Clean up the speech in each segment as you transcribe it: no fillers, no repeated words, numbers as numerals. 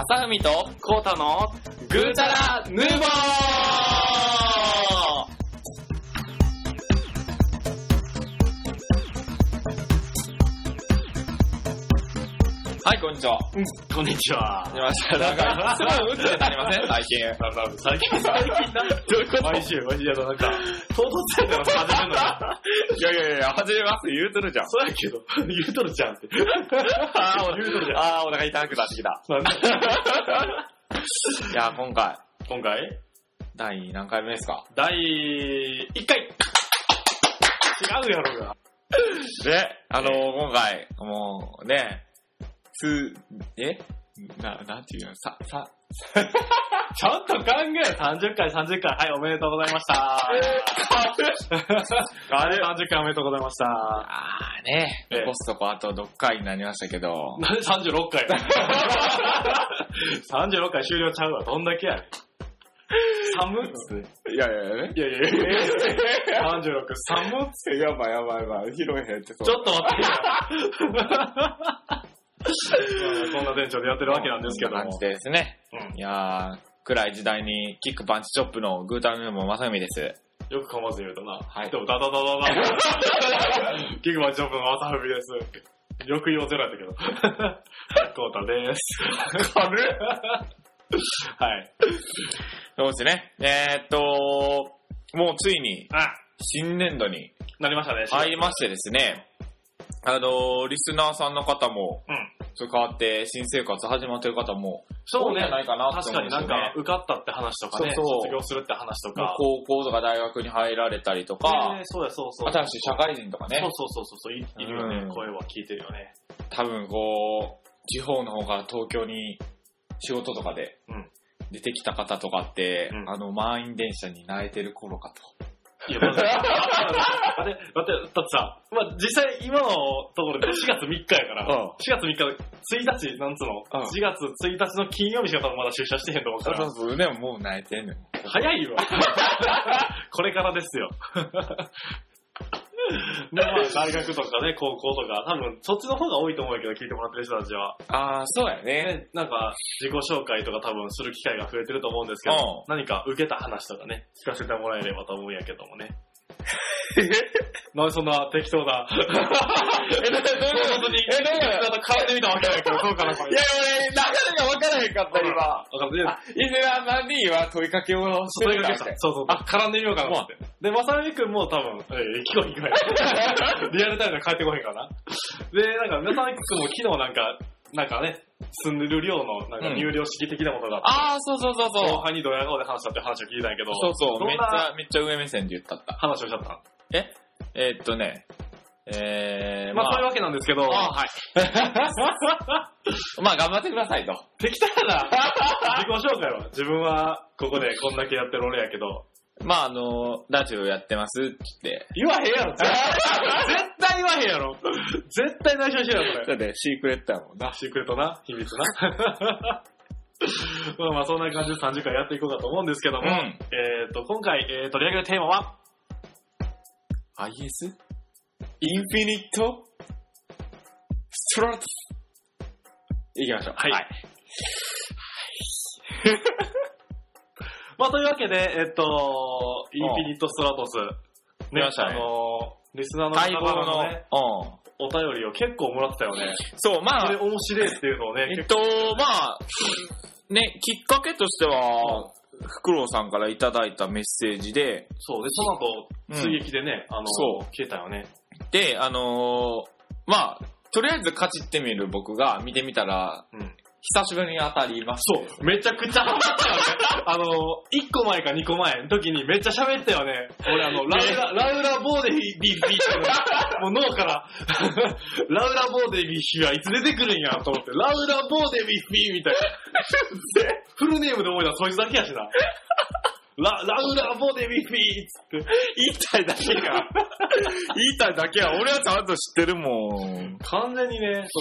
正文とコータのグータラヌーボー。はい、こんにちは。 こんにちは。 出ました。なんか、すごい打ってなりません最近。 最近な。どういうこと毎週、なんか、唐突だよ、始めるのに。 いや、始めます言うとるじゃん。 そうやけど、言うとるじゃんって。言うとるじゃん。 お腹痛くなってきた。 なんでいや、今回第何回目ですか？ 第1回。違うやろが。 で、今回、もうね、なんていうの、ちゃんと考え30回。はい、おめでとうございました。30回おめでとうございました。 ね、残すとこあと6回になりましたけど。 なんで36回36回終了ちゃうわ。どんだけやねん。寒っつって。 いや。 36、寒っつって。 やばい。拾えへんって。 ちょっと待ってこんな店長でやってるわけなんですけども。 こんな感じですね。いやー、暗い時代にキックパンチチョップのグータラヌーボー正文です。 よく噛まずに言うとな。 はい。 でもダダキックパンチチョップの正文です。よく言おうゼロやったけど。コータです。 軽っはい。 そうですね。もうついに、新年度になりましたね。 入りましてですね。リスナーさんの方も、それ変わって新生活始まってる方も、 そうね。 じゃないかなって思うんですよね。 確かになんか受かったって話とかね、卒業するって話とか。 高校とか大学に入られたりとか、 そう。新しい社会人とかね。 そう、いるよね。声は聞いてるよね。 多分地方の方から東京に仕事とかで出てきた方とかって、満員電車に慣れてる頃かと。 いや、待って、だってさ、実際今のところで4月3日やから、4月3日、1日、なんつうの、4月1日の金曜日しか多分まだ出社してへんと思うから。 そう、でももう慣れてんのよ。 早いわ。これからですよ。で、大学とかね、高校とか、多分そっちの方が多いと思うけど、聞いてもらってる人たちは。 そうやね。 なんか、自己紹介とか多分する機会が増えてると思うんですけど、何か受けた話とかね、聞かせてもらえればと思うんやけどもね。なんでそんな適当だ。本当に、顔で見たわけないけど、そうかな、これ。 いや、俺、なかなか分からへんかった、今。リスナーさんには問いかけをしてるから。 そう、絡んでみようかなって。で、まさみくんも多分、聞こえ。リアルタイムで帰ってこへんかな。で、なんか、まさみくんも昨日なんかね、住んでる量のなんか入寮式的なものがあって。そう。後輩にドヤ顔で話したって話を聞いたんやけど。そう、 めっちゃ上目線で言ったった。 話をしちゃった。 そういうわけなんですけど。はい。 頑張ってくださいと。 適当やな。自己紹介は。自分はここでこんだけやってる俺やけど。 ラジオやってますって言って。 言わへんやろ。絶対言わへんやろ。絶対内緒にしろよ、これ。 だってシークレットやもんな。 シークレットな。秘密な。そんな感じで30回やっていこうかと思うんですけども。今回、取り上げるテーマは、 IS？ インフィニットストラトス。いきましょう。はい。 というわけで、インフィニットストラトス。 見ましたね。 リスナーの方のね、お便りを結構もらってたよね。 そう、 それ面白いっていうのをね。 きっかけとしては、フクロウさんからいただいたメッセージで、 そう、で、その後、追撃でね、消えたよね。で、 とりあえず勝ちってみる僕が見てみたら、久しぶりに当たりました。 そう、めちゃくちゃハマったよね。1個前か2個前の時にめっちゃ喋ったよね。俺ラウラボーデビーってもう脳から、ラウラボーデビーはいつ出てくるんやと思って、ラウラボーデビーみたいな。フルネームで思い出すそいつだけやしな。ラウラボーデビーっつって。 言いたいだけや。俺はちゃんと知ってるもん。 完全にね、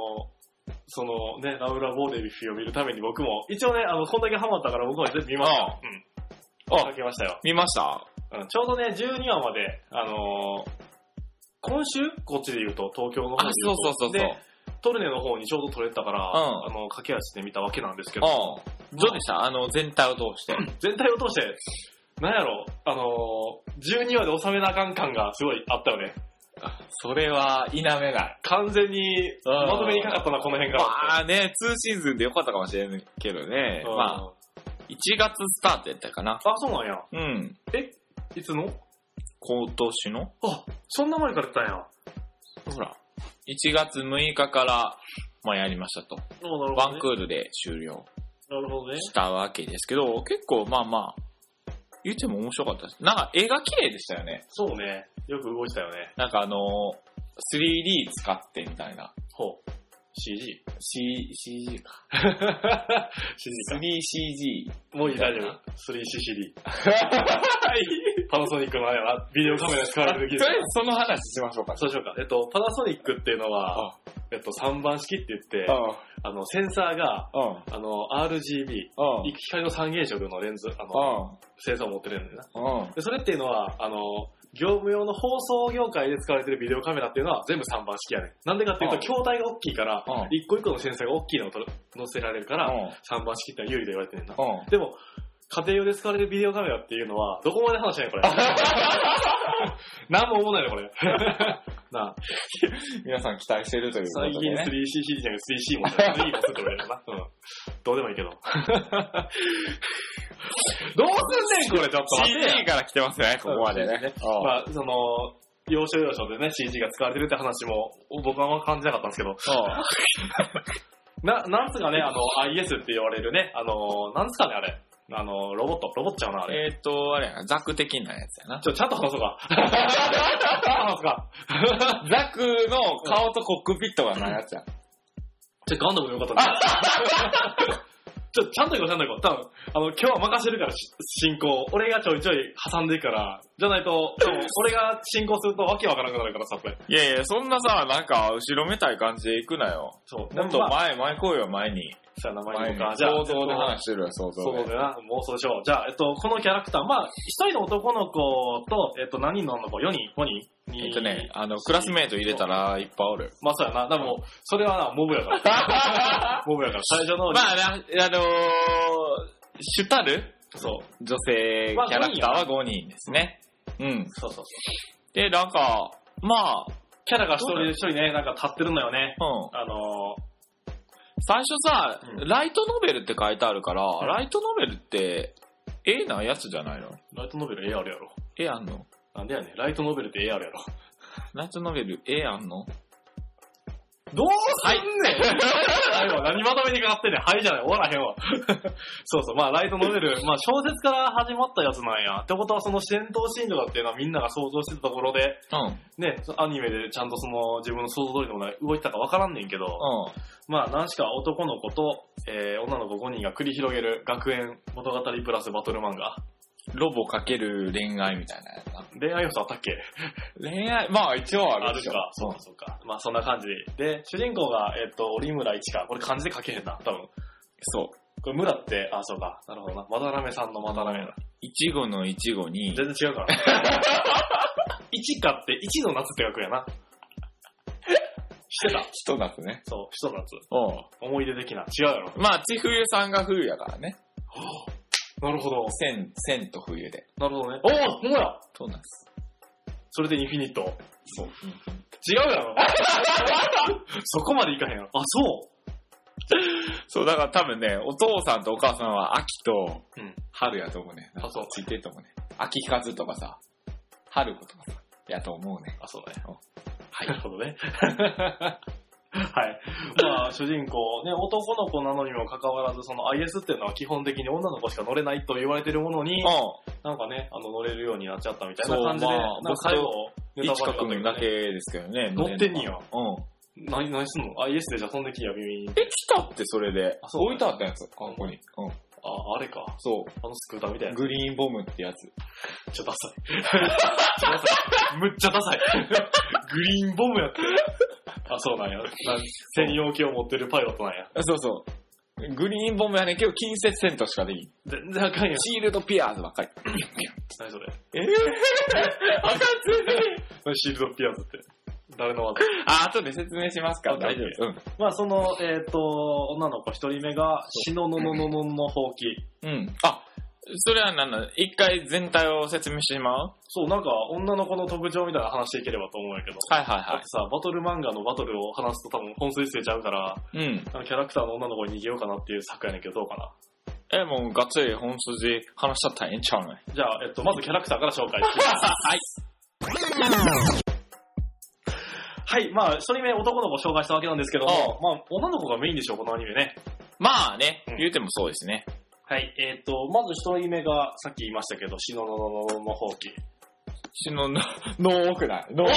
ラウラボーデビフィを見るために僕も、一応ね、こんだけハマったから僕は全部見ました。書きましたよ。 見ました？ ちょうどね、12話まで、今週こっちで言うと、東京の方で言うと。 そう。 で、 トルネの方にちょうど撮れたから、駆け足で見たわけなんですけど。 どうでした？全体を通して。 全体を通して、なんやろ、12話で収めなあかん感がすごいあったよね。 それは否めない。 完全にまとめにかかったな、この辺から。 まあね、2シーズンでよかったかもしれんけどね。まあ、1月スタートやったかな。 あ、そうなんや。 うん。 いつの？ 今年の？ あ、そんな前からやったんや。 ほら、1月6日から、まあやりましたと。ワンクールで終了。 なるほどね。 したわけですけど、結構まあまあ、言っても面白かったです。なんか絵が綺麗でしたよね。 そうね。よく動いてたよね。 なんか3D 使ってみたいな。 ほう。CG？ CG か。 CG か。 3CG。 もういい、大丈夫。3CCD。パナソニックのビデオカメラ使われる技術。 その話しましょうか。 そうしようか。パナソニックっていうのは、3番式って言って、センサーが、RGB、光の三原色のレンズ、センサーを持ってるんだよな。でそれっていうのは、業務用の放送業界で使われてるビデオカメラっていうのは全部3番式やねん。なんでかっていうと、筐体が大きいから、一個一個のセンサーが大きいのを載せられるから、3番式ってのは有利と言われてるんだ。でも、家庭用で使われるビデオカメラっていうのは、どこまで話しないこれ。なんも思わないよ、これ。なあ。 皆さん期待してるということで、ね。 最近 3CC じゃなくて 3C も3もすって言われるな。どうでもいいけど。どうすんねん、これ、ちょっと待って。 CG から来てますね、ここまでね。 まあ、要所要所でね、CG が使われてるって話も、僕はあんま感じなかったんですけど。なんつうかね、IS って言われるね、なんつかね、あれ。ロボットちゃうな、あれ。 あれやな、ザク的なやつやな。 ちゃんと話そうか。話すか。 ザクの顔とコックピットがないやつや。 ガンダムよかったね。ちゃんと行こう。多分、今日は任せるから、進行。俺がちょいちょい挟んでいくから、じゃないと、俺が進行するとわけわからなくなるからさ、これ。 いや、そんなさ、なんか、後ろめたい感じで行くなよ。 そう。 もっと前来いよ、前に。 そうやな、前に行こうか。じゃあ、 想像で話してるよ、想像で。 そうだな、妄想でしょう。じゃあ、このキャラクター、まあ、一人の男の子と、何人の女の子 ?4 人 ?5 人クラスメイト入れたらいっぱいおる。 まあそうやな。でも、それはな、モブやから。モブやから。最初の。 まあな、主たるそう。 女性キャラクターは5人ですね。うん。 そう。 で、なんか、まあ、 キャラが一人ね、なんか立ってるのよね。 最初さ、ライトノベルって書いてあるから、ライトノベルって、絵なやつじゃないの？ ライトノベル絵あるやろ。 絵あんの？ なんでやねん。ライトノベルって絵あるやろ。 ライトノベル絵あんの？ どうすんねん何まとめにかかってんねん。はいじゃない。終わらへんわ。そう、まあライトノベル、まあ小説から始まったやつなんや。ってことはその戦闘シーンとかっていうのはみんなが想像してたところで、ね、アニメでちゃんと自分の想像通りのものが動いてたかわからんねんけど、まあ何しか男の子と、女の子5人が繰り広げる学園物語プラスバトル漫画。 ロボかける恋愛みたいなやつな。 恋愛要素あったっけ？ 恋愛、まあ一応あるでしょ。 そうか。まあそんな感じで。で、主人公が、折村一花。これ漢字で書けへんな、多分。 そう。 これ村って、そうか。なるほどな。まだらめさんのまだらめだ。 いちごのいちごに。 全然違うから。一花って一の夏って書くやな。知ってた？ ひと夏ね。 そう、ひと夏。思い出的な。違うやろ。 まあ、ち冬さんが冬やからね。 なるほど。 千と冬で。 なるほどね。ほんまや。 そうなんです。 それでインフィニット。 そう。 違うやろ。そこまでいかへんやろ。 そう、だから多分ね、お父さんとお母さんは秋と春やと思うね。 そう。 ついてると思うね。秋風とかさ、春子とかさ、やと思うね。 そうだね。 はい。 なるほどね。はい。まあ、主人公、ね、男の子なのにもかかわらず、その IS っていうのは基本的に女の子しか乗れないと言われてるものに、なんかね、乗れるようになっちゃったみたいな感じで、なんか最後、 ネタバレ君だけですけどね。 乗ってんにや。何すんの？ IS でじゃあ飛んできや、耳に。 来たってそれで。置いてあったやつ、ここに。 あれか。 そう。 スクーターみたいな。 グリーンボムってやつ。 ちょ、ダサい。むっちゃダサい。グリーンボムやって。そうなんや。専用機を持ってるパイロットなんや。 そう。グリーンボムやねんけど、近接戦闘しかできん。 全然あかんやん。 シールドピアーズばっかり。 何それ。 あかんついシールドピアーズって。 誰の技？ 後で説明しますから大丈夫。うん。 まあその、女の子一人目が、しののののののほうき。 うん。あ、それは何なの？一回全体を説明してしまう？ そう、なんか女の子の特徴みたいな話していければと思うんやけど。 はいはいはい。 だってさ、バトル漫画のバトルを話すと多分本数捨てちゃうから、 うん。 キャラクターの女の子に逃げようかなっていう作やねんけど、どうかな。 もうがっつり本筋話しちゃったらええんちゃうの？ じゃあ、まずキャラクターから紹介します。はい。はい、まあ、一人目男の子を紹介したわけなんですけども、まあ、女の子がメインでしょう、このアニメね。 まあね、言うてもそうですね。 はい、まず一人目が、さっき言いましたけど、しのののののほうき。 しのの、の多くない？の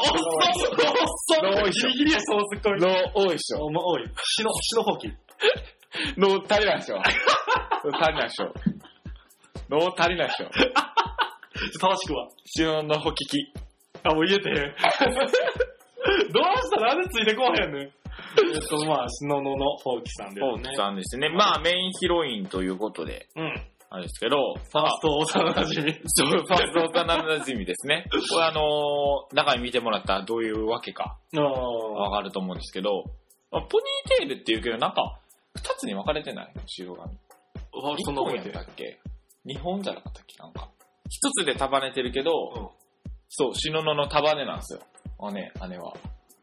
ギリギリや、そうすっごい。 の多いでしょ。 の多い。しのほうき。 の足りないでしょ。足りないでしょ。の足りないでしょ。 正しくは。 しののほきき。 あ、もう言えてへん。どうしたらなんでついてこうへんねん。まあ、しのののほうきさんですね。 ほうきさんですね。まあ、メインヒロインということで。 うん。 あれですけど。 ファースト幼馴染。 そう、ファースト幼馴染ですね。これ中に見てもらったらどういうわけか。わかると思うんですけど。ポニーテールっていうけど、なんか、二つに分かれてない後ろ髪。 そんな覚えてたっけ？日本じゃなかったっけなんか。一つで束ねてるけど、そう、しののの束ねなんですよ。姉は。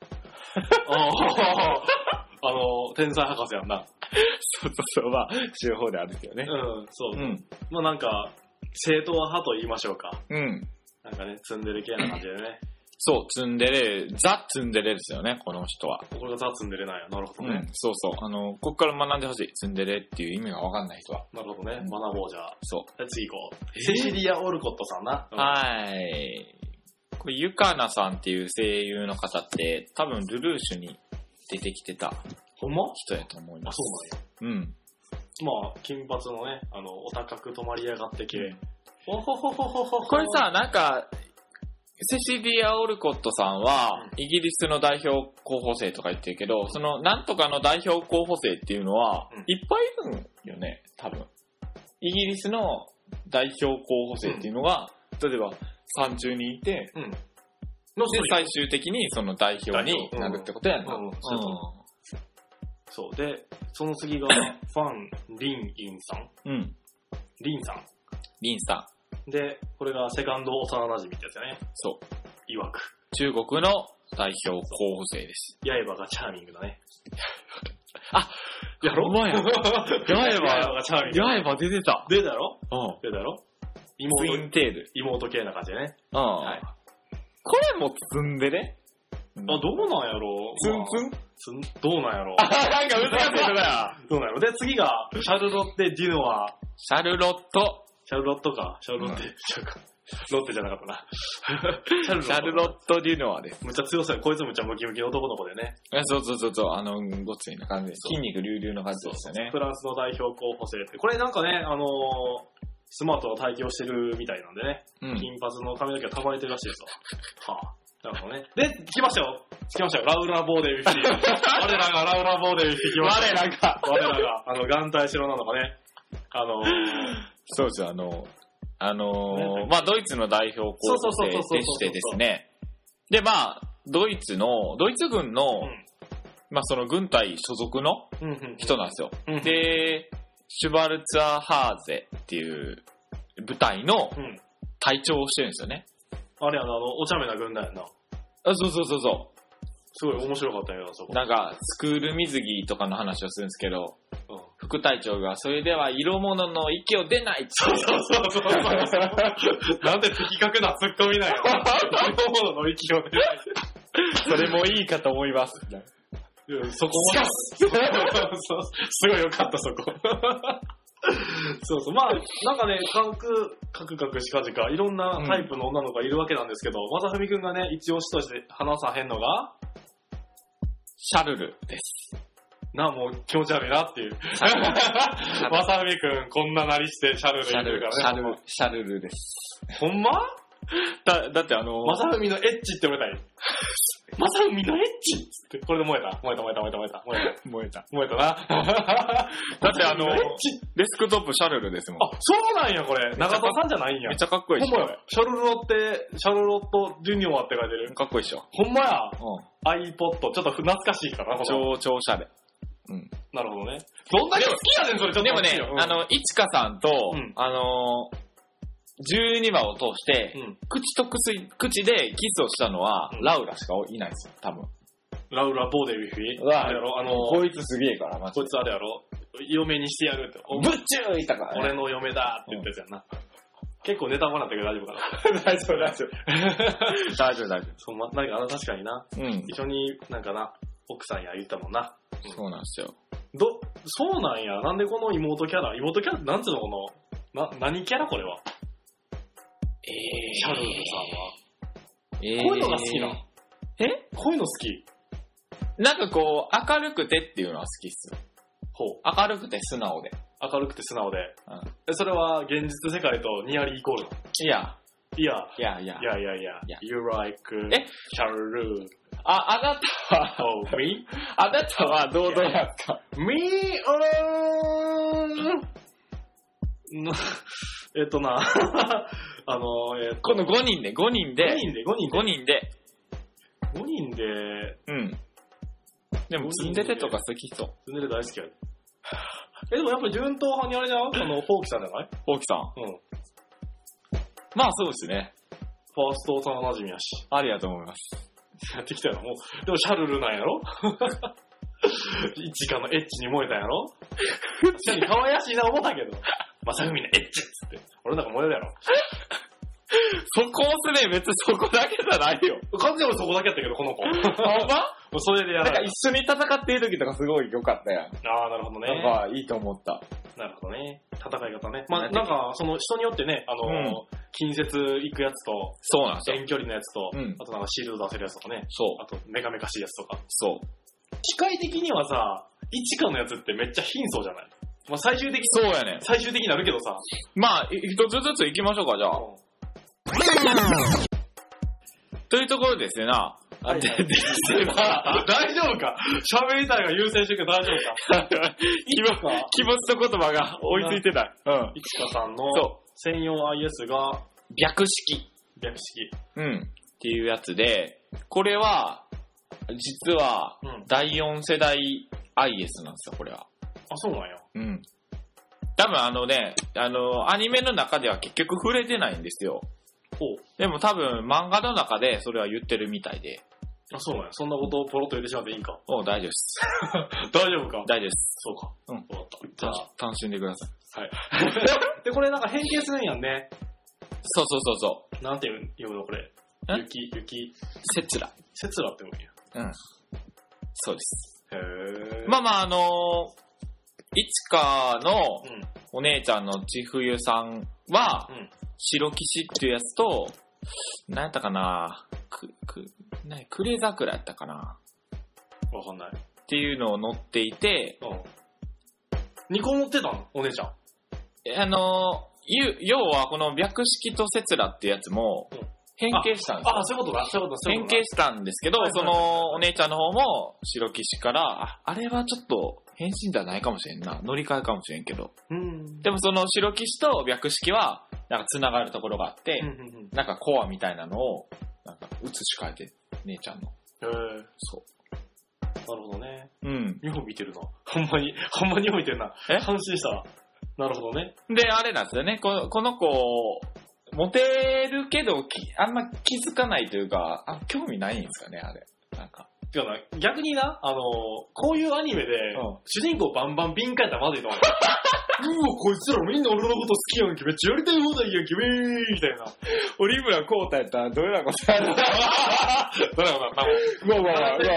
天才博士やんな。 そう、まあ、両方であるけどね。 そう。まあなんか、正統派と言いましょうか。 なんかね、ツンデレ系な感じでね。 そう、ツンデレ、ザ・ツンデレですよね、この人は。 これがザ・ツンデレなんや。なるほどね。 そうそう。こっから学んでほしい。ツンデレっていう意味がわかんない人は。 なるほどね。学ぼうじゃあ。 そう。 次行こう。セシリア・オルコットさんな。 はい。これ、ゆかなさんっていう声優の方って、多分、ルルーシュに出てきてた。 ほんま？ 人やと思います。 そうなんや。まあ、金髪のね、お高く止まりやがって系。 これさ、なんか、セシリア・オルコットさんは、イギリスの代表候補生とか言ってるけど、その、なんとかの代表候補生っていうのは、いっぱいいるんよね、多分。イギリスの代表候補生っていうのが、例えば30人いて、で、最終的にその代表になるってことやんな。 そう。で、その次が、ファン・リンインさん。リンさん。 リンさん。 で、これがセカンド幼馴染ってやつやね。 そう。 曰く。 中国の代表候補生です。 刃がチャーミングだね。 やろ？刃がチャーミング。 刃出てた。 出たやろ？ 出たやろ？ ツインテール。 妹系な感じでね。 はい。これもツンデレ？ どうなんやろ？どうなんやろ？ なんか難しいとこや。 どうなんやろ？で、次が、シャルロッテ・デュノワ。 シャルロットか。シャルロッテ、 ロッテじゃなかったな。 シャルロット・デュノワです。 むっちゃ強そうや。こいつむっちゃムキムキの男の子でね。 そう。ごついな感じで。筋肉隆々の感じでしたね。 フランスの代表候補生って。これなんかね、スマートな体型をしてるみたいなんでね。金髪の髪の毛が束ねてるらしいですよ。はぁ。なるほどね。で、来ましたよ。ラウラ・ボーデビフィ。我らがラウラ・ボーデビフィ来ました。我らが、眼帯白なのかね。 そうですよ、まあ、ドイツの代表候補生でしてですね。で、まあ、ドイツ軍の、まあ、その軍隊所属の人なんですよ。で、シュバルツァーハーゼっていう部隊の隊長をしてるんですよね。 あれお茶目な軍団やな。 そう。 すごい面白かったよ、そこ。 なんか、スクール水着とかの話をするんですけど、副隊長が、それでは色物の息を出ないって。 そう。なんで的確なツッコミなんや。色物の息を出ない。 それもいいかと思います。 そこも。すごいよかった、そこ。そう。まあ、なんかね、カクしかじか、いろんなタイプの女の子がいるわけなんですけど、まさふみくんがね、一押しとして話さへんのが、 シャルルです。 もう気持ち悪いなっていう。まさふみくん、こんななりしてシャルル言ってるからね。 シャルルです。 ほんま？ だってまさふみのエッチって思えたい。まさふみのエッチって。これで燃えたな。 だってデスクトップシャルルですもん。 あ、そうなんや、これ。長田さんじゃないんや。 めっちゃかっこいいっしょ。 ほんまや。シャルロットジュニオって書いてる。 かっこいいっしょ。 ほんまや。 うん。 iPod。ちょっと懐かしいかな、 超シャレ。うん。 なるほどね。どんだけ好きやねん、それちょっと。 でもね、いちかさんと、12話を通して、口でキスをしたのは、ラウラしかいないですよ、多分。 ラウラ・ボーデルフィーあれやろこいつすげえから、 こいつあれやろ嫁にしてやるって。 ぶっちゅーいったから、 ね。俺の嫁だって言ったやつやんな。結構ネタバレだったけど大丈夫かな大丈夫。大丈夫。 そう、なんか確かにな。 うん。 一緒になんかな、奥さんや言ったもんな。 そうなんですよ。 そうなんや。なんでこの妹キャラってなんつうのこの、何キャラこれは。シャルルさんは。こういうのが好きな。こういうの好き。 なんかこう、明るくてっていうのは好きっす。 ほう。 明るくて素直で。 明るくて素直で。うん。それは現実世界とニアリーイコールの。 いや。 You like, シャルル。 あなたは、 me? あなたはどうやった me? この5人で。 うん。 でも、ツンデレとか好きそう。 ツンデレ大好きやで。でもやっぱり順当派にあれじゃんフォーキさんじゃないフォーキさん。 うん。 まあそうですね。 ファースト幼馴染やし。 ありだと思います。 やってきたよ。もう、でもシャルルなんやろいちかのエッチに燃えたんやろ確かに可愛らしいな思ったけど。まさふみのエッチっつって。俺なんか燃えるやろ。 そこをすね、別にそこだけじゃないよ。 完全に俺そこだけやったけど、この子。 ほんまもうそれでやらなんか一緒に戦っている時とかすごい良かったやん。 ああ、なるほどね。 なんかいいと思った。 なるほどね。戦い方ね。まあなんか、その人によってね、近接行くやつと、 そうなんですよ。 遠距離のやつと、あとなんかシールド出せるやつとかね。 そう。 あとメカメカしいやつとか。 そう。 機械的にはさ、一かのやつってめっちゃ貧相じゃない？まあ最終的に。 そうやね。 最終的になるけどさ。 まあ、一つずつ行きましょうか、じゃあ。というところですねな。 大丈夫か喋りたいが優先してるけど大丈夫か気持ちと言葉が追いついてない。 うん。いちかさんの専用 IS が白式。うん。っていうやつで、これは、実は、第4世代 IS なんですよ、これは。 あ、そうなんや。 うん。多分アニメの中では結局触れてないんですよ。でも多分漫画の中でそれは言ってるみたいで。 あ、そうなんや。そんなことをポロッと言ってしまっていいんか。 大丈夫です。 大丈夫か大丈夫です。 そうか。 うん。わかった。じゃあ、楽しんでください。はい。で、これなんか変形するんやんね。 そう。 なんて言うのこれ。雪。 セツラって言うんや。 うん。そうです。 へー。 まあいちかのお姉ちゃんのちふゆさんは、白騎士っていうやつと、何やったかなクレ桜やったかなわかんない。 っていうのを乗っていて、 2個乗ってたのお姉ちゃん。 要はこの白式とセツラっていうやつも、変形したんですよ。 あ、そういうことだ。 変形したんですけど、そのお姉ちゃんの方も白騎士から、あれはちょっと変身じゃないかもしれんな。乗り換えかもしれんけど。でもその白騎士と白式は、なんか繋がるところがあって、なんかコアみたいなのを、なんか移し替えて、姉ちゃんの。そう。 なるほどね。 うん。 2本見てるな。ほんまに2本見てるな。安心した。なるほどね。 で、あれなんですよね。この子、モテるけど、あんま気づかないというか、興味ないんですかね、あれ。なんか。 逆にな、こういうアニメで、主人公バンバンビンカやったらまずいと思う。こいつらみんな俺のこと好きやんけ、めっちゃやりたい放題やんけ、みたいな。 堀村コータやったらどれなことやるのどれなことやるの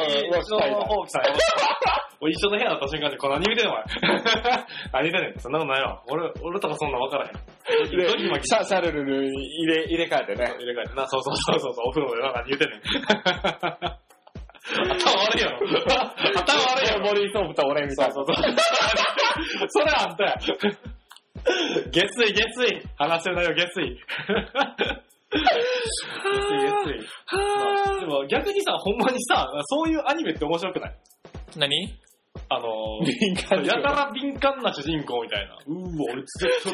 一緒の部屋だった瞬間に、これ何見てんのお前。何見てんねん。そんなことないわ。俺とかそんな分からへん。 シャルル入れ替えてね。 入れ替えてな。そう、お風呂で何言うてんねん。頭悪いやろ。 ボディーソープと俺みたいな。 そう。それあんたや。下水。話してる内容下水。でも逆にさ、ほんまにさ、そういうアニメって面白くない？ 何？ 敏感やたら敏感な主人公みたいな。俺絶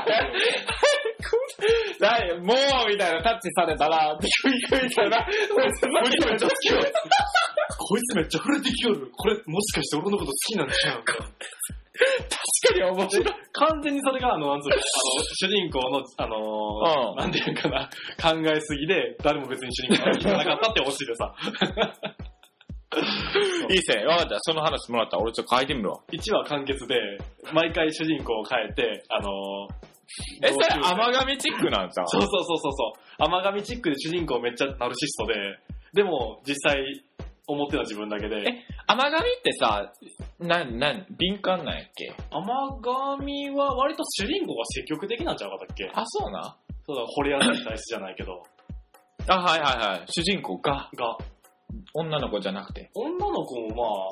対もうみたいなタッチされたら、ビクビクみたいな。 こいつめっちゃ好きよ。こいつめっちゃ触れてきよる。これもしかして俺のこと好きなんちゃうか。 確かに面白い。 完全にそれが、主人公の、なんていうかな、考えすぎで、誰も別に主人公が聞かなかったってオチでさ。 いいっすね。わかった。その話もらったら俺ちょっと書いてみるわ。 1話完結で、毎回主人公を変えて、 それ甘神チックなんさ。 そう。甘神チックで主人公めっちゃナルシストで、でも実際思ってた自分だけで。 甘神ってさ、敏感なんやっけ？ 甘神は割と主人公が積極的なんちゃうかったっけ？ あ、そうな。 そうだ、惚れやすい体質じゃないけど。 はい。主人公が。女の子じゃなくて。 女の子も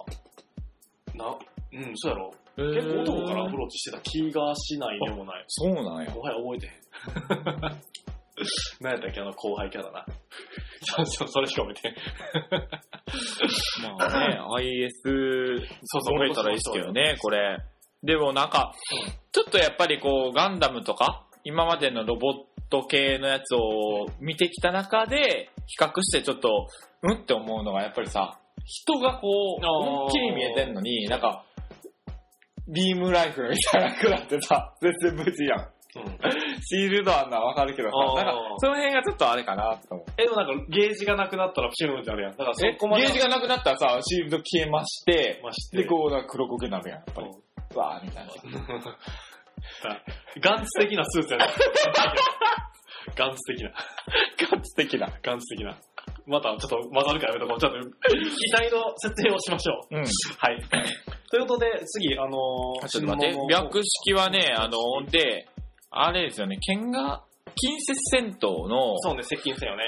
そうやろ。結構男からアプローチしてた気がしないでもない。 そうなんや。 もはや覚えてへん。何やったっけ後輩キャラな。それしか覚えてへん。 まあね、IS、覚えたらいいですけどね、これ。でもなんか、ちょっとやっぱりこう、ガンダムとか、今までのロボット系のやつを見てきた中で、比較してちょっと、って思うのがやっぱりさ、人がこう、思いっきり見えてんのに、なんか、ビームライフルみたいなくなってさ、全然無事やん。シールドあんのはわかるけどさ、なんか、その辺がちょっとあれかなって思う。 でもなんか、ゲージがなくなったらピューンってあるやん。だからそこまで。 ゲージがなくなったらさ、シールド消えまして、で、こう、なんか黒焦げになるやん、やっぱり。うわーみたいな。 ガンツ的なスーツやな。ガンツ的な。また、ちょっと混ざるからやめとこう。ちょっと、機体の設定をしましょう。はい。ということで、次、 ちょっと待って、略式はね、で、あれですよね、近接戦闘の、 そうね、接近戦よね。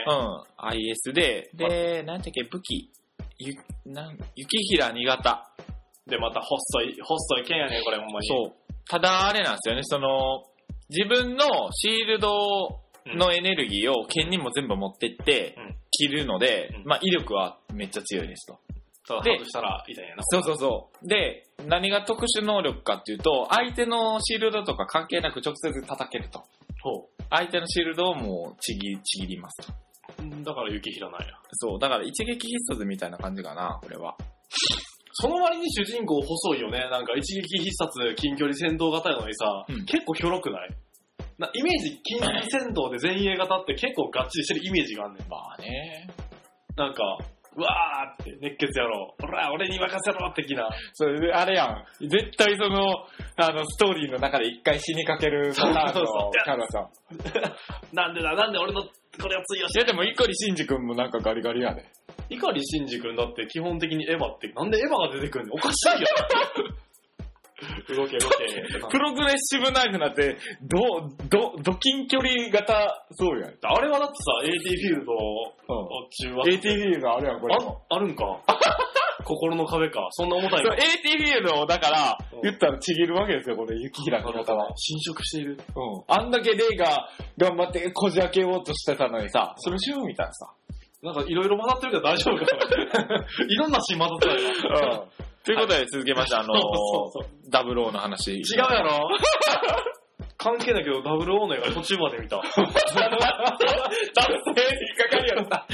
IS で、なんていうっけ、武器、雪平新潟。 で、また細い剣やねん、これほんまに。 そう。ただ、あれなんですよね、自分のシールドのエネルギーを剣にも全部持ってって、切るので、威力はめっちゃ強いですと。 で、したら痛いやな。 そう。で、何が特殊能力かっていうと、相手のシールドとか関係なく直接叩けると。相手のシールドをもうちぎりますと。 だから雪平なんや。 そう、だから一撃必殺みたいな感じかな、これは。 その割に主人公細いよね。なんか一撃必殺近距離戦闘型やのにさ、結構ひょろくない？イメージ近距離戦闘で前衛型って結構ガッチリしてるイメージがあんねん。 まあね。 なんか、うわーって熱血やろう。ほら、俺に任せろ的な。 それで、あれやん。絶対ストーリーの中で一回死にかけるパターンのキャラさん。 なんで俺のこれを通用して。 いやでも、碇シンジ君もなんかガリガリやで。 碇シンジ君だって基本的にエヴァって、なんでエヴァが出てくるのおかしいよ。動け。 プログレッシブナイフなんて、ド近距離型、そうやん。 あれはだってさ、AT フィールド中は。 AT フィールドあるやん、これ。 あるんか。心の壁か。そんな重たいの。 AT フィールドをだから、言ったらちぎるわけですよ、これ、雪平の方は。 侵食している。 あんだけレイが頑張ってこじ開けようとしてたのにさ、それシューみたいなさ。 なんかいろいろ混ざってるから大丈夫かな。いろんなシーン混ざってるよ。 ということで続けまして、ダブルオーの話。 違うやろ関係ないけど、ダブルオーの映画途中まで見た。 多分それに引っかかるやろな。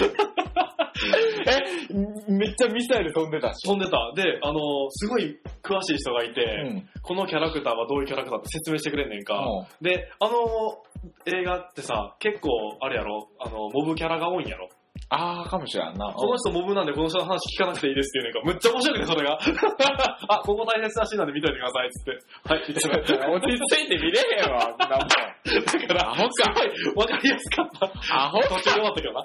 めっちゃミサイル飛んでたし。 飛んでた。で、すごい詳しい人がいて、このキャラクターはどういうキャラクターって説明してくれんねんか。で、映画ってさ、結構、あれやろ、モブキャラが多いんやろ。 かもしれんな。 この人モブなんでこの人の話聞かなくていいですっていうねんか。むっちゃ面白くて、それが。ここ大切なシーンなんで見といてください、つって。はい、見て落ち着いて見れへんわ、なんも。だから、アホか。わかりやすかった。 アホ途中で終わったけど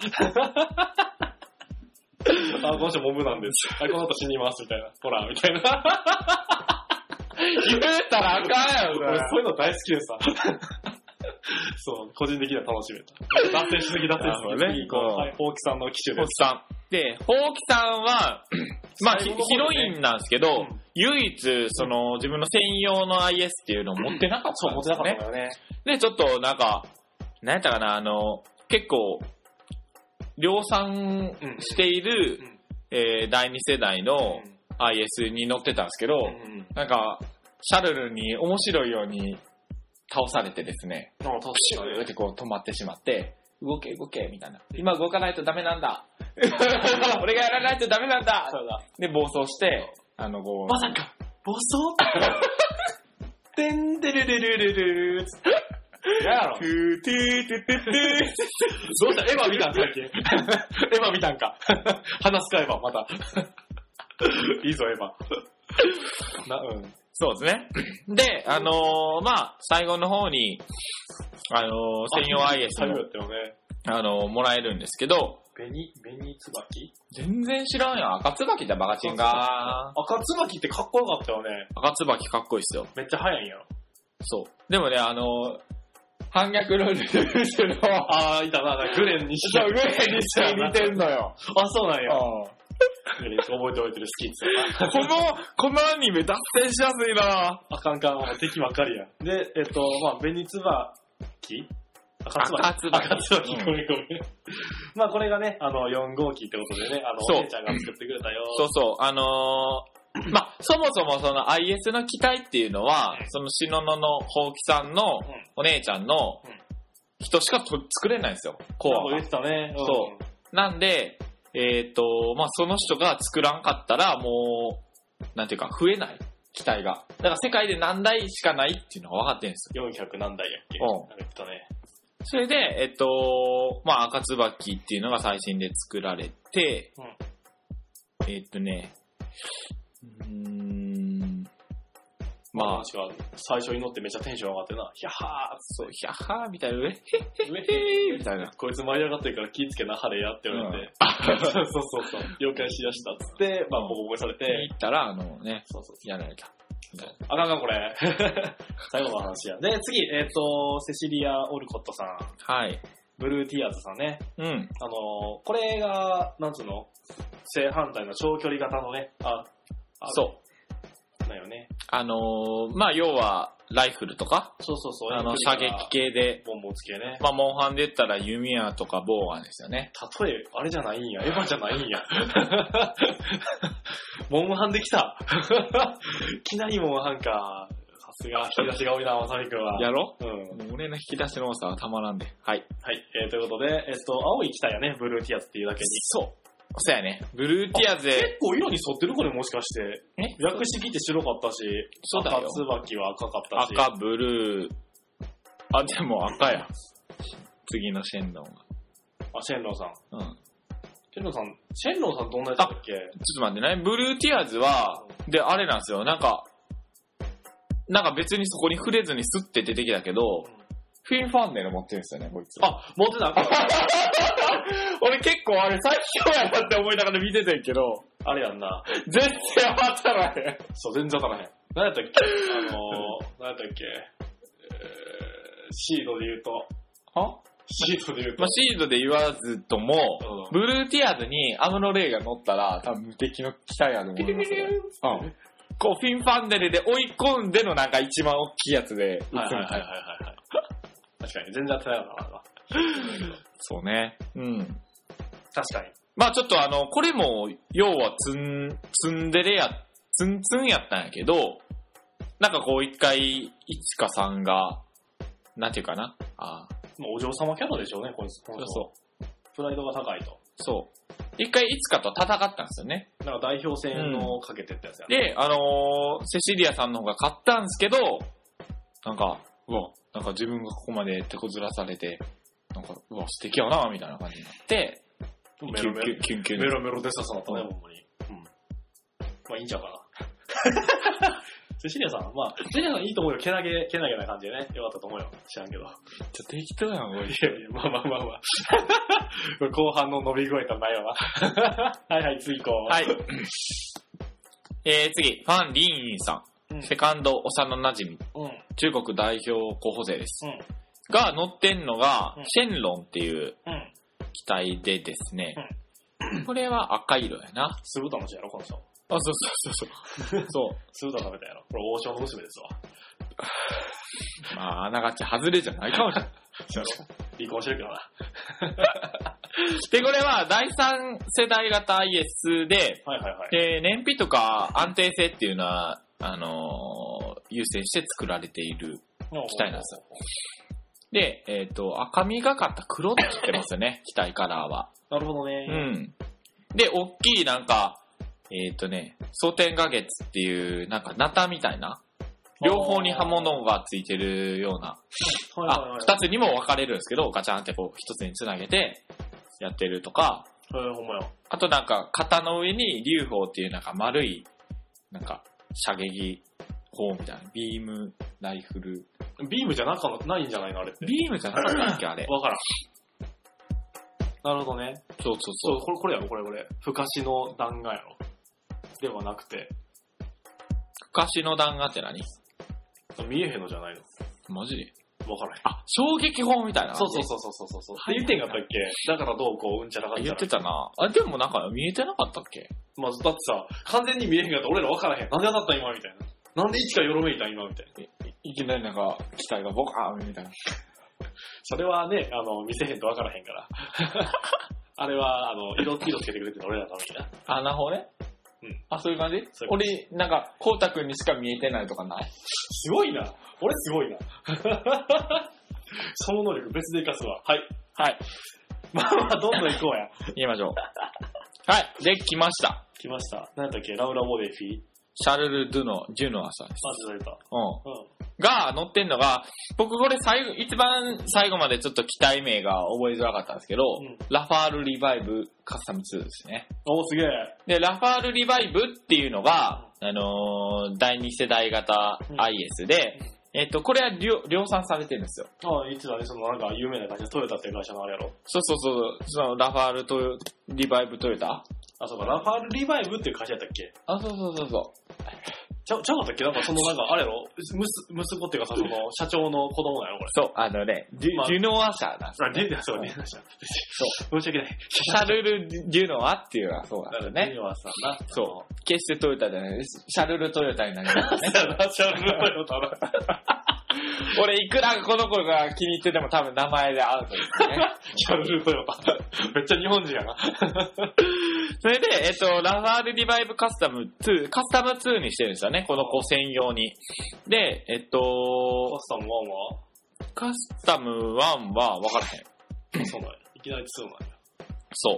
な。この人モブなんです。この後死にます、みたいな。ほら、みたいな。 言うたらあかんやろ、 俺そういうの大好きでさ。そう、個人的には楽しめた。脱線しすぎね。ほうきさんの機種です。 で、ほうきさんは、ヒロインなんですけど、唯一、自分の専用の IS っていうのを持ってなかったんですよね。 そう、持ってなかったんだよね。 で、ちょっとなんか、何やったかな、結構、量産している、第2世代の、 IS に乗ってたんですけど、なんか、シャルルに面白いように倒されてですね、プシューってこう止まってしまって、動けみたいな。今動かないとダメなんだ。俺がやらないとダメなんだ。で、暴走して、こう。 まさか、暴走てんてるるるるるやろ。 トゥートゥートゥトゥトゥどうしたエヴァ見たん最近。エヴァ見たんか。話すかエヴァ、また。いいぞエヴァ。 そうですね。で、最後の方に、専用 IS も、もらえるんですけど、 紅椿全然知らんよ。赤椿だ、バカチンが。 赤椿ってかっこよかったよね。 赤椿かっこいいっすよ。 めっちゃ速いんやろ。 そう。でもね、反逆のルーシュの、 いたな、グレンにして。グレンにして似てんのよ。 そうなんや。覚えてる好きっつこのアニメ脱線しやすいな。 あかん、敵ばっかりや。で、紅椿赤椿、ごめん。まあこれがね、4号機ってことでね、お姉ちゃんが作ってくれたよ。 そう。そもそもその IS の機体っていうのは、その篠野のほうきさんのお姉ちゃんの人しか作れないんですよ。 コアが。言ってたね。 そう。なんで、その人が作らんかったら、もう、なんていうか、増えない機体が。だから世界で何台しかないっていうのが分かってるんですよ。 400何台やっけ。言ってたね。 それで、赤椿っていうのが最新で作られて、 最初に乗ってめっちゃテンション上がってな、ヒャッハーそう、ヒャッハーみたいな、みたいな。 こいつ舞い上がってるから気ぃつけな、晴れやって言われて。そう。了解しやしたっつって、ボコボコされて。 行ったら、やられた。 あかんこれ。最後の話や。で、次、セシリア・オルコットさん。 はい。 ブルーティアーズさんね。これが、なんつうの正反対の長距離型のね。 そう。 だよね。 要は、ライフルとかそう。 射撃系で。 ボンボンつけね。 モンハンで言ったら弓矢とかボウガンですよね。 例え、あれじゃないんや。エヴァじゃないんや。モンハンできた。いきなりモンハンか。さすが、引き出しが多いな、まさみくんは。 やろ？俺の引き出しの多さはたまらんで。はい。 はい。ということで、青い機体やね、ブルーティアスっていうだけに。 そうやね。ブルーティアーズで。 結構色に沿ってるこれもしかして。訳式って白かったし、 そうだよ。 赤椿は赤かったし。 赤、ブルー。でも赤や。次のシェンロンが。 シェンロンさん。シェンロンさんどんなやつだっけ？ちょっと待ってね。ブルーティアーズは、で、あれなんですよ。なんか別にそこに触れずにスッて出てきたけど、フィンファンネル持ってるんですよね、こいつ。 持ってた俺結構あれ最強やなって思いながら見てたんやけど、 あれやんな。 全然当たらへん。 そう、全然当たらへん。何やったっけシードで言うと。シードで言うと。 シードで言わずとも、ブルーティアーズにアムロレイが乗ったら、多分無敵の機体やと思いますね。こう、フィンファンネルで追い込んでのなんか一番大きいやつで撃つみたいな。 確かに、全然当たらなかったな。 そうね。 確かに。 ちょっとこれも、要はツンツンやったんやけど、なんかこう一回、いちかさんが、なんていうかな。 もうお嬢様キャラでしょうね、こいつ。 そう。 プライドが高いと。 そう。一回いつかと戦ったんですよね。 なんか代表戦をかけてったやつやね。で、セシリアさんの方が勝ったんですけど、なんか自分がここまで手こずらされて、素敵やな、みたいな感じになって、 メロメロでさそうだったね、ほんまに。いいんちゃうかな。セシリアさん、セシリアさんいいと思うよ。けなげな感じでね。よかったと思うよ。知らんけど。 適当やん、おい。 いや、これ後半の伸び具合とはないよな。はい、次行こう。 はい。次、ファン・リンインさん。セカンド幼馴染。中国代表候補生です。が乗ってんのが、シェンロンっていう機体でですね。これは赤色やな。 酢豚の人やろ、この人。 そう。 酢豚食べたやろ。これ王将の娘ですわ。 あながち外れじゃないかもしれない。 離婚してるけどな。 で、これは第3世代型 IS で、 はいはいはい。 で、燃費とか安定性っていうのは、優先して作られている機体なんですよ。で、赤みがかった黒って言ってますよね、機体カラーは。 なるほどね。 うん。で、大きいなんか、装填画月っていう、なんかナタみたいな、両方に刃物がついてるような、二つにも分かれるんですけど、ガチャンってこう一つにつなげてやってるとか、 ほんまや。 あとなんか肩の上に竜砲っていうなんか丸い、なんか射撃砲みたいな、ビームライフル。 ビームじゃないんじゃないのあれって。 ビームじゃなかったっけあれ。 わからん。なるほどね。 そう。 これやろ、これ。ふかしの弾丸やろ。ではなくて。 ふかしの弾丸って何？ 見えへんのじゃないの？ マジで？ わからへん。 あ、衝撃砲みたいな。 そう。って言ってんかったっけ？だからどうこう、うんちゃらかんちゃら。 言ってたな。あ、でもなんか見えてなかったっけ？ まあ、だってさ、完全に見えへんかったら俺らわからへん。なんで当たった今みたいな。なんで位置がよろめいた今みたいな。 いきなりなんか、機体がボカーンみたいな。 それはね、見せへんとわからへんから。あれは、色つけてくれてる俺らのためにな。 あ、なるほどね。 うん。 あ、そういう感じ？俺、なんか、こうたくんにしか見えてないとかない？ すごいな。俺すごいな。その能力別で生かすわ。はい。まあ、どんどん行こうや。 行きましょう。はい。で、来ました。 何だっけ？ラウラ・ボデフィ？ シャルル・ジュノアさんです。 あ、出た。 が乗ってんのが、僕これ一番最後までちょっと機体名が覚えづらかったんですけど、ラファールリバイブカスタム2ですね。 おー、すげえ。 で、ラファールリバイブっていうのが、第2世代型 IS で、これは量産されてるんですよ。 ああ、いつだね、なんか有名な会社、トヨタっていう会社のあれやろ。 そう。そのラファールリバイブトヨタ？ あ、そうか、ラファールリバイブっていう会社やったっけ？ あ、そう。 ちゃうかったっけ？なんかなんかあれやろ？息子っていうかさ、社長の子供だよ、これ。 そう、デュノア社なんですよ、ね。 そう、デュノア社。そう。申し訳ない。 シャルル・デュノアっていうのはそうなんですよね。 デュノアさんな。 そう。決してトヨタじゃないです。シャルルトヨタになりますね。 シャルルトヨタだ。 俺いくらこの子が気に入ってても多分名前でアウトですね。 シャルルトヨタ。めっちゃ日本人やな。 それで、ラファールリバイブカスタム2にしてるんですよね、この子専用に。で、 カスタム1は？ カスタム1は分からへん。 そうなんや。いきなり2なんや。 そう。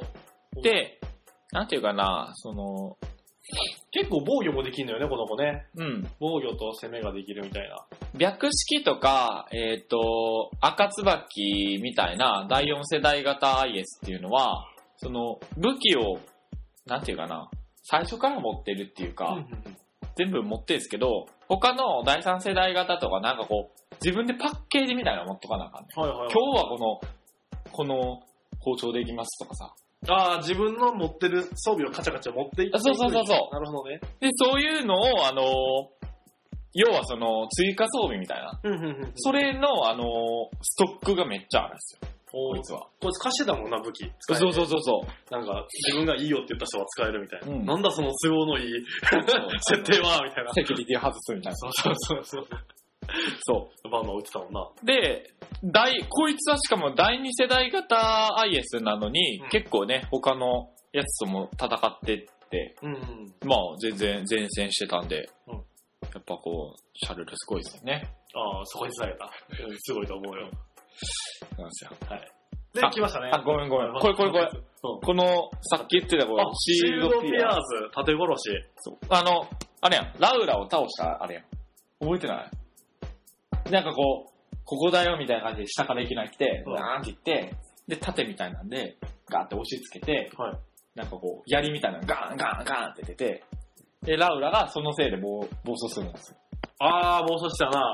で、なんていうかな、 結構防御もできるのよね、この子ね。 うん。 防御と攻めができるみたいな。 白式とか、赤椿みたいな第4世代型 IS っていうのは、武器を、なんていうかな、最初から持ってるっていうか、全部持ってるんですけど、他の第3世代型とかなんかこう、自分でパッケージみたいなの持っとかなあかんね。今日はこの包丁でいきますとかさ。 ああ、自分の持ってる装備をカチャカチャ持っていって。 そう。なるほどね。 で、そういうのを、要は追加装備みたいな。それの、ストックがめっちゃあるんですよ。こいつは。 こいつ貸してたもんな、武器。 そう。 なんか、自分がいいよって言った人は使えるみたいな。なんだその都合のいい設定は、みたいな。 セキュリティ外すみたいな。そう。 バンバン撃ってたもんな。 で、こいつはしかも第2世代型 IS なのに、結構ね、他のやつとも戦ってって、まあ全然前線してたんで、やっぱこう、シャルルすごいですよね。 ああ、そこにつなげた。すごいと思うよ。 そうなんですよ。 はい。で、来ましたね。 あ、ごめん。これ。この、さっき言ってたこのシールドピアーズ、盾殺し。 そう。あれやん、ラウラを倒したあれやん。覚えてない？なんかここだよみたいな感じで下からいきなり来て、ガーンっていって、で、盾みたいなんで、ガーって押し付けて、なんかこう、槍みたいなのガーンって出て、で、ラウラがそのせいで暴走するんですよ。 あー、暴走してたな。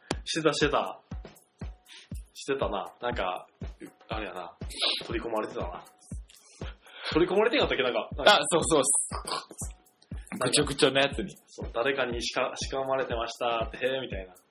してたな。なんか、あれやな。取り込まれてたな。取り込まれてんかったっけなんか。 そう。ぐちょぐちょのやつに。 そう、誰かに仕組まれてましたって、みたいな。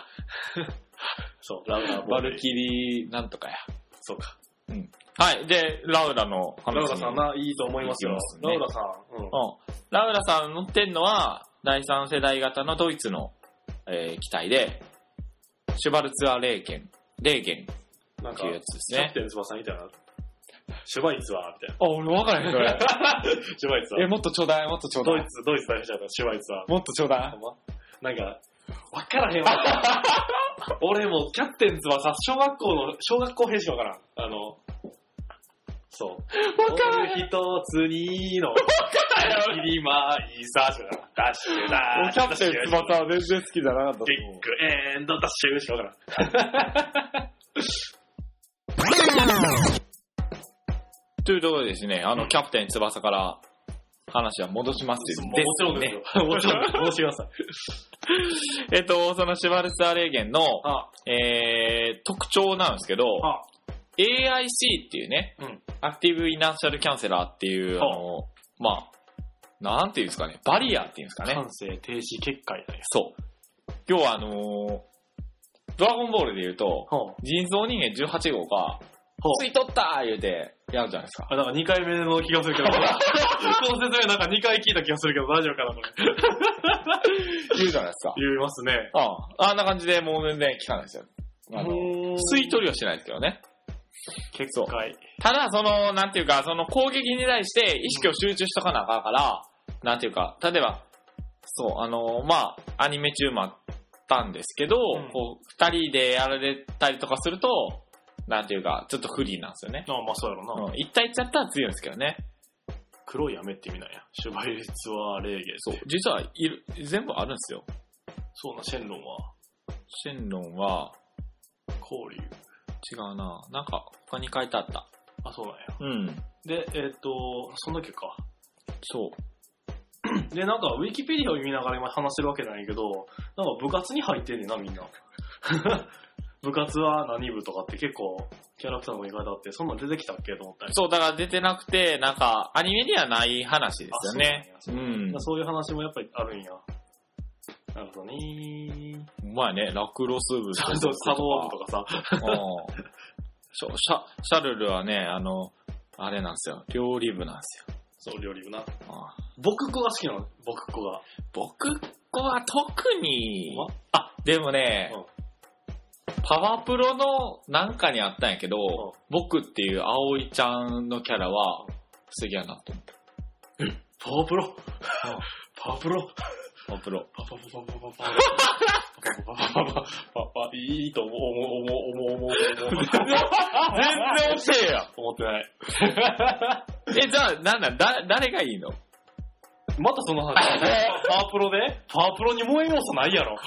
そう、ラウラバルキリーなんとかや。 そうか。 はい。で、ラウラの話。 ラウラさんいいと思いますよ。ラウラさん。 ラウラさん乗ってんのは、第3世代型のドイツの、機体で、シュバルツァーレーゲンっていうやつですね。 キャプテン翼みたいな。 シュバイツはみたいな。 あ、俺分からへん、それ。 シュバイツは。 もっとちょうだい、もっとちょうだい。 ドイツ代表者のシュバイツは。 もっとちょうだい。 なんか、わからへんわ。俺もキャプテンズはさ、小学校編しかわからん。そう。 わからん。 一つにの、切りまいさしかダッシュだ。 キャプテン翼は全然好きじゃなかった。 キックエンドダッシュしかわからん。 というところでですね、キャプテン翼から話は戻しますもちろんですよ。もちろんです。戻してください。 そのシュバルツァーレーゲンの、特徴なんですけど、AIC っていうね、アクティブイナーシャルキャンセラーっていう、まあ、なんていうんですかね、バリアっていうんですかね。 感性停止結界だよ。 そう。要はドラゴンボールで言うと、人造人間18号が、吸い取ったー言うて、やるじゃないですか。 なんか2回目の気がするけど、この説明なんか2回聞いた気がするけど大丈夫かなこれ。 言うじゃないですか。 言いますね。 あんな感じでもう全然効かないですよ。吸い取りはしないですけどね。 結界。 ただ、なんていうか、攻撃に対して意識を集中しとかなあかんから、なんていうか、例えば、そう、まあ、アニメ中もあったんですけど、こう、二人でやられたりとかすると、なんていうか、ちょっと不利なんですよね。 まあそうやろな。 一対一やったら強いんですけどね。 黒い雨って意味なんや。シュバイツはレーゲン。 そう、実は全部あるんですよ。 そうな、シェンロンは。 シェンロンは、 交流。 違うな。なんか、他に書いてあった。 あ、そうなんや。で、その時か。 そう。 で、なんか、ウィキペディアを見ながら今話してるわけなんやけど、なんか部活に入ってんねんな、みんな。部活は何部とかって結構、キャラクターの言い方あって、そんなん出てきたっけと思ったり。 そう、だから出てなくて、なんか、アニメにはない話ですよね。 そういう話もやっぱりあるんや。なるほどね。 まあね、ラクロス部とか。そう、サドー部とかさ。 シャルルはね、あれなんですよ。料理部なんですよ。 そう、料理部な。僕っ子が好きなの、僕っ子が。 僕っ子は特に、でもね、パワープロのなんかにあったんやけど、僕っていう葵ちゃんのキャラは素敵やなと思った。 パワープロパワープロパワープロ。 パパパパパパパパパいいと思う。 全然遅えや。 思ってない。 じゃあ、なんだ、誰がいいの？ またその話。パワープロで？パワープロに萌え要素ないやろ。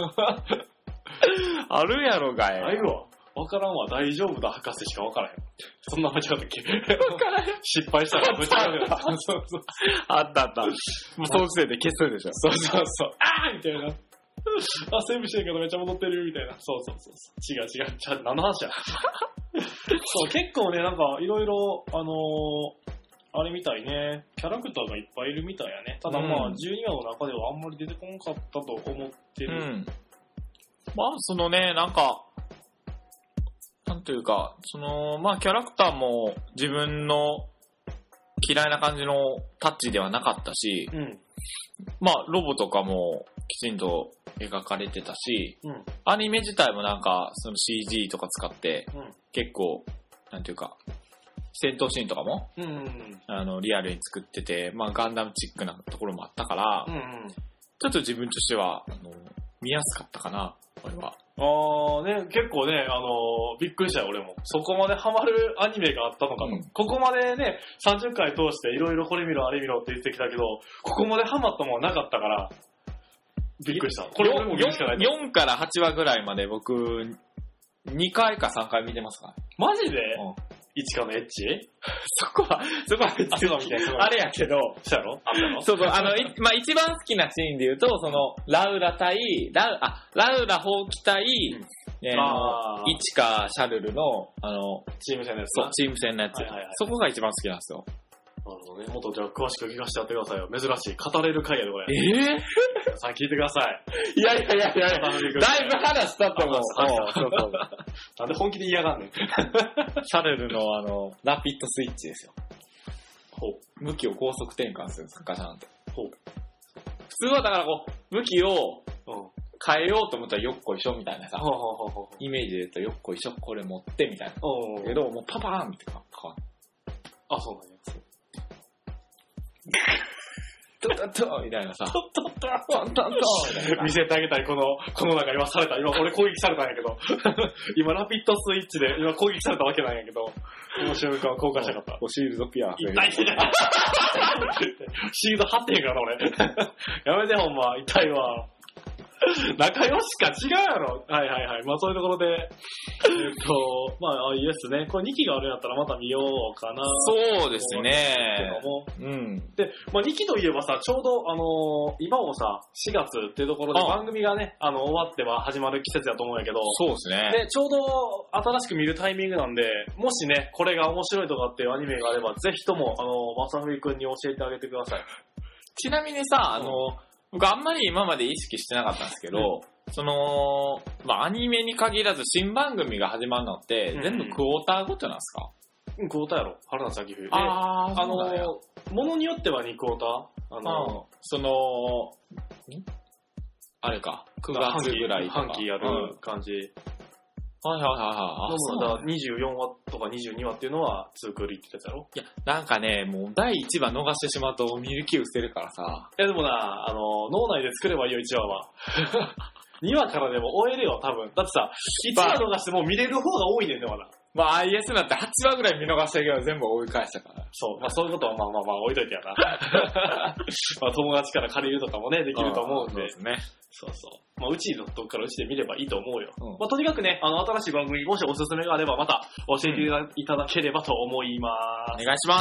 あるやろがい。 ないわ。わからんわ。大丈夫だ、博士しかわからへん。そんな間違ったっけ？失敗したら間違った。そうそう。 あった。もうその時点で消するでしょ。 そう。あーみたいな。セーブしてるけどめっちゃ戻ってるみたいな。そう。違う。何の話や。そう、結構ね、なんか、いろいろ、あれみたいね。キャラクターがいっぱいいるみたいやね。ただまあ、12話の中ではあんまり出てこなかったと思ってる。 まあ、なんか、なんというか、まあ、キャラクターも自分の嫌いな感じのタッチではなかったし、まあ、ロボとかもきちんと描かれてたし、アニメ自体もなんか、CG とか使って、結構、なんていうか、戦闘シーンとかも、リアルに作ってて、まあ、ガンダムチックなところもあったから、ちょっと自分としては、見やすかったかな、これは。 ね、結構ね、びっくりしたよ、俺も。そこまでハマるアニメがあったのかと。ここまでね、30回通していろいろこれ見ろ、あれ見ろって言ってきたけど、ここまでハマったもんなかったから、びっくりした。これ俺も見るしかない。 4から8話ぐらいまで僕、2回か3回見てますから。 マジで一かのエッチそこは別に、あれやけど。 そうやろそう、まあ一番好きなシーンで言うと、ラウラ対、ラウラ放棄対、イチカシャルルの、 チーム戦のやつ。 そう、チーム戦のやつ。そこが一番好きなんですよ。 なるほどね。もっとじゃあ詳しく聞かせてやってくださいよ。珍しい。語れる回やで、これ。さあ聞いてください。 いや。だいぶ話したってもう。 なんで本気で嫌がんねん。 シャルルのラピッドスイッチですよ。向きを高速転換するんですか、ガシャンって。普通はだから向きを変えようと思ったらよっこいしょみたいなさ。イメージで言うとよっこいしょ、これ持ってみたいな。けど、もうパパーンって変わる。 あ、そうなんや。 トトトみたいなさ。 トトトトトトみたいな。 見せてあげたい、この中今された。今俺攻撃されたんやけど。今ラピッドスイッチで今攻撃されたわけなんやけど。この瞬間は公開したかった。 シールドピアス。 痛い。シールド貼ってへんからな、俺。やめてほんま、痛いわ。仲良しか違うやろ。はい。まあそういうところで、まあいいですね。これ2期があるんやったらまた見ようかな。 そうですね。 うん。で、まあ2期といえばさ、ちょうど今もさ、4月っていうところで番組がね、終わっては始まる季節だと思うんやけど。 そうですね。 で、ちょうど新しく見るタイミングなんで、もしね、これが面白いとかっていうアニメがあれば、ぜひとも、まさふみくんに教えてあげてください。 ちなみにさ、僕あんまり今まで意識してなかったんですけど、まあ、アニメに限らず新番組が始まるのって、全部クォーターごとなんですか？ クォーターやろ。春夏秋冬。ものによっては2クォーターあれか、9月ぐらいとか。 半期やる感じ。 はい。 だから24話とか22話っていうのは2クールいってたやつやろ？ いや、なんかね、もう第1話逃してしまうと見る気失せるからさ。 いやでもな、脳内で作ればいいよ、1話は。2話からでも終えるよ、多分。だってさ、1話逃しても見れる方が多いねんね、まだ。 まあ IS なんて8話ぐらい見逃したけど全部追い返したから。 そう。まあそういうことはまあ置いといてやな。まあ友達から借りるとかもね、できると思うんで。 そうですね。 そう。まあうちのとこからうちで見ればいいと思うよ。 まあとにかくね、新しい番組、もしおすすめがあればまた教えていただければと思います。 お願いします。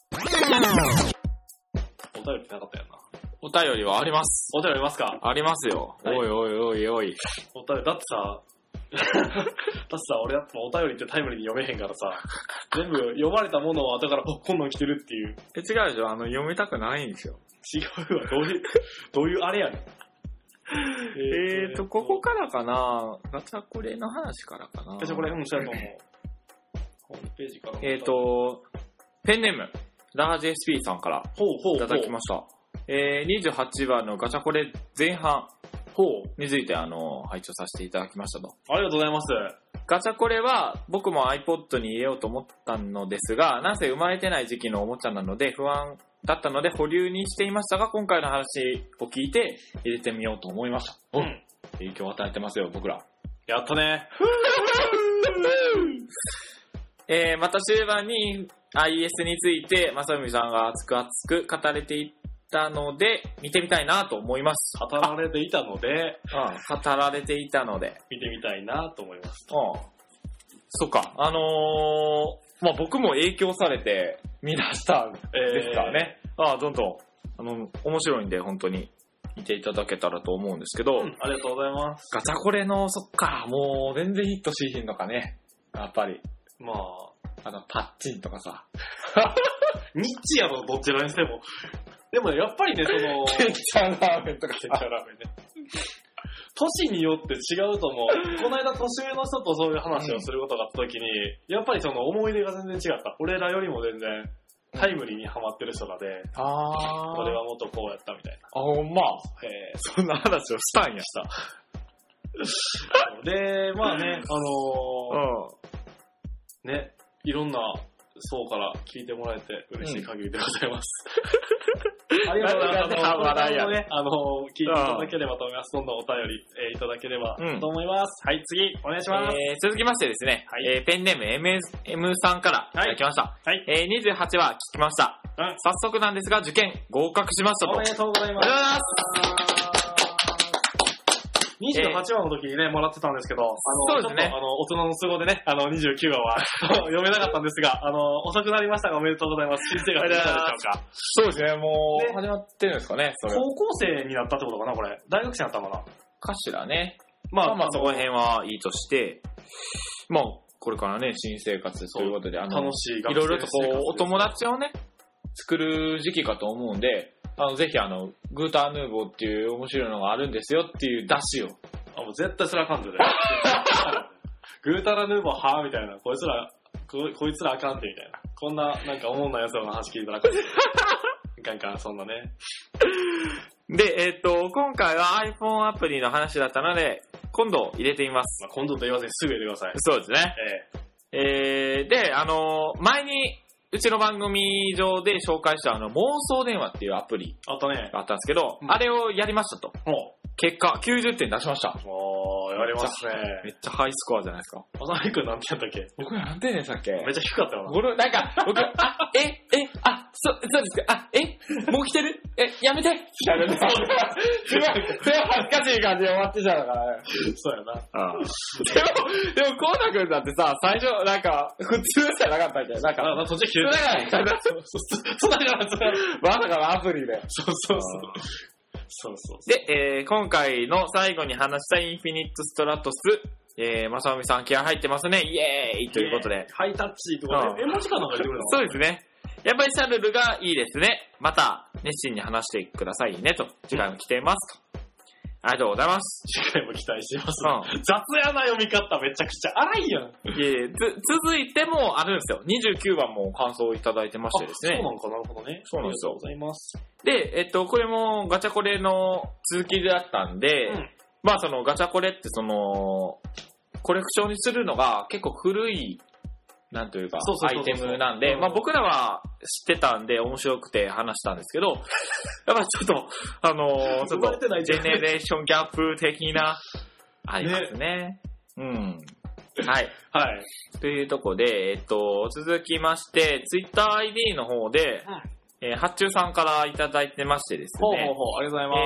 お便りってなかったよな。 お便りはあります。 お便りありますか？ ありますよ。 はい、 おい。 お便り、だってさ、俺やっぱお便りってタイムリーに読めへんからさ、全部読まれたものは、だから、こんなん来てるっていう。 違うでしょ、読みたくないんですよ。 違うわ、どういうあれやねん。 ここからかな、ガチャコレの話からかな。 ガチャコレ、そうやと思う。ホームページから。 ペンネーム、ラージ SP さんからいただきました。28話のガチャコレ前半について配聴させていただきましたと。 ありがとうございます。 ガチャコレは僕も iPod に入れようと思ったのですが、なんせ生まれてない時期のおもちゃなので不安だったので保留にしていましたが、今回の話を聞いて入れてみようと思いました。影響を与えてますよ、僕ら。 やったね。 また終盤に IS についてまさみさんが熱く語られていたので見てみたいなと思います。 語られていたので見てみたいなと思います。 そっか。まあ僕も影響されて見出したんですからね。どんどん面白いんで本当に見ていただけたらと思うんですけど、 ありがとうございます。 ガチャコレのそっか、もう全然ヒットしひんのかね、やっぱり。 まあパッチンとかさ。 ニッチやろ、どちらにしても。でもやっぱりね、 ケンちゃんラーメンとか。 ケンちゃんラーメンね。年によって違うと思う。この間年上の人とそういう話をすることがあった時に、やっぱりその思い出が全然違った。俺らよりも全然タイムリーにハマってる人がで、俺はもっとこうやったみたいな。 ほんま。そんな話をしたんや。 した。で、まあね、ね、いろんな層から聞いてもらえて嬉しい限りでございます。ありがとうございます。聞いていただければと思います。どんどんお便り、いただければと思います。はい、次、お願いします。 続きましてですね、ペンネーム M さんからいただきました。28話聞きました。早速なんですが、受験合格しましたと。 おめでとうございます。28話の時にね、もらってたんですけど、 そうですね。 ちょっと大人の都合でね、29話は読めなかったんですが、遅くなりましたがおめでとうございます。新生活いかがでしょうか？ そうですね、もう始まってるんですかね、それ。 高校生になったってことかな、これ。大学生だったのかな？ かしらね。 まあそこら辺はいいとして、まあ、これからね、新生活ということで、 楽しい学生生活。 いろいろとお友達をね、作る時期かと思うんで、ぜひグーターヌーボーっていう面白いのがあるんですよっていう出しを。 もう絶対それあかんでね。グータラヌーボーはぁみたいな。こいつらあかんってみたいな。こんな、なんか思んないやつらの話聞いたらあかん。ガンそんなね。 で、今回は iPhone アプリの話だったので、今度入れてみます。 今度と言わずにすぐ入れてください。 そうですね。で、前に、 うちの番組上で紹介した妄想電話っていうアプリあったね。 があったんですけど、あれをやりましたと。結果、90点出しました。 やりますね。 めっちゃハイスコアじゃないですか。 あさみくんなんてやったっけ？ 僕ら何点でしたっけ？ めっちゃ低かったよな。 僕、なんか、そうですか、もう来てる？やめてみたいな。すごい、それは恥ずかしい感じで終わってちゃうからね。 そうやな。 でも、こうたくんだってさ、最初、なんか、普通じゃなかったっけ？なんか、 途中切れた。そうだよ、 まさかのアプリで。 そう。 で、今回の最後に話したインフィニットストラトス、まさみさん気合入ってますね、イエーイということで。 ハイタッチとかね、絵文字かなんか言ってくれたの？ そうですね。やっぱりシャルルがいいですね。また、熱心に話してくださいね、と。次回も来ていますと。ありがとうございます。 次回も期待しています。雑やな読み方、めちゃくちゃ荒いやん。 続いてもあるんですよ。29番も感想をいただいてましてですね。 そうなんか、なるほどね。 そうなんですよ。 ありがとうございます。 で、これもガチャコレの続きだったんで、まあそのガチャコレってコレクションにするのが結構古い、なんというか、アイテムなんで、まあ僕らは知ってたんで面白くて話したんですけど、やっぱりちょっと、ちょっと、ジェネレーションギャップ的な、ありますね。はい。というとこで、続きまして、Twitter ID の方で、発注さんからいただいてましてですね。 ありがとうございます。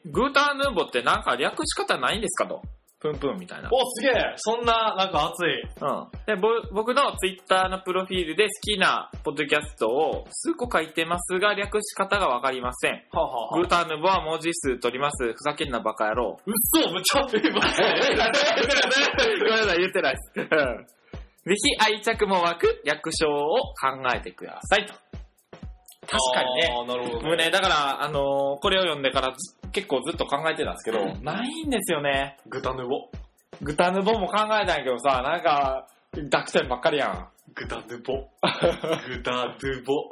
グーターヌーボってなんか略し方ないんですかと。プンプンみたいな。 すげえ、そんな、なんか熱い。 で、僕のツイッターのプロフィールで好きなポッドキャストを数個書いてますが、略し方がわかりません。グーターヌーボは文字数取ります。ふざけんなバカ野郎。 嘘、むちゃ言いますね。 ごめんなさい、言ってないです。ぜひ愛着も湧く略称を考えてくださいと。確かにね。 なるほど。 もうね、だから、これを読んでから結構ずっと考えてたんですけど、ないんですよね。 グタヌボ。 グタヌボも考えたんやけどさ、なんか、濁点ばっかりやん。 グタヌボ。グタヌボ。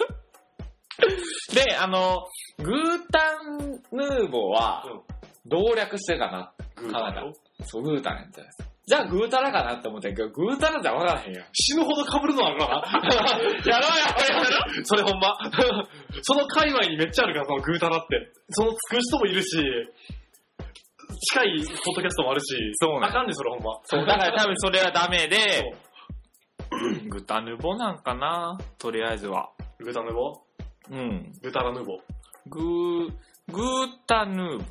で、グータンヌーボは、どう略してかな考えた。そう、グータンやったんです。じゃあグータラかなって思ったけど、グータラじゃ分からへんやん。 死ぬほど被るのあるからな。やろう。それほんま。その界隈にめっちゃあるから、そのグータラって。そのつく人もいるし、近いポッドキャストもあるし、 そうね。 あかんねそれほんま。 そう、だから多分それはダメで、グタヌボなんかなとりあえずは。 グタヌボ？グタラヌボ。 グータヌーボ。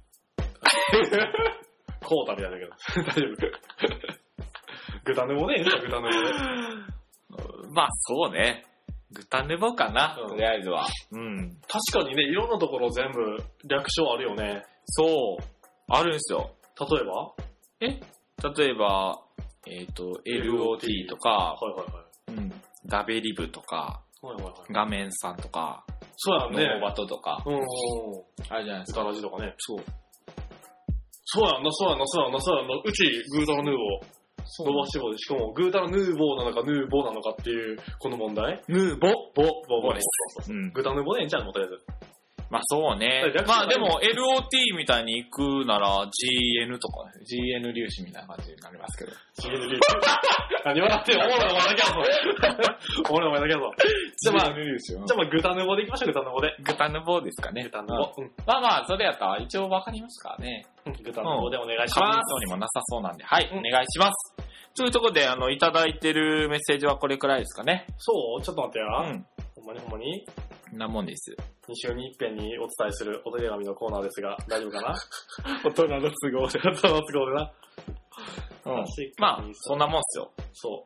こうたみたいだけど。大丈夫。グタヌボね、グタヌボね。 まあそうね。グタヌボかな、とりあえずは。 確かにね、いろんなところ全部略称あるよね。 そう。あるんですよ。 例えば、LOT とか、ガベリブとか、画面さんとか、 そうやんね。 ノーバトとか、あれじゃないですか。 グタラジとかね。 そう。 そうやんな。うち、グータラヌーボー。伸ばし棒で、しかも、グータラヌーボーなのか、ヌーボーなのかっていう、この問題。 ヌーボボです。グータラヌーボーでええんちゃうのとりあえず。 まあそうね。まあでも LOT みたいに行くなら GN とか、GN 粒子みたいな感じになりますけど。 GN 粒子。何笑ってよ。おもろいお前だけやぞ。おもろいお前だけやぞ。じゃあまあ、グタヌボで行きましょう、グタヌボで。 グタヌボですかね。 グタヌボ。 まあまあ、それやったら一応わかりますからね。 グタヌボでお願いします。 そうにもなさそうなんで。はい、お願いします。というところで、いただいてるメッセージはこれくらいですかね。 そうちょっと待ってや。ほんまになもんです。 2週に一遍にお伝えするお手紙のコーナーですが、大丈夫かな大人の都合で。な。 まあ、そんなもんっすよ。 そう。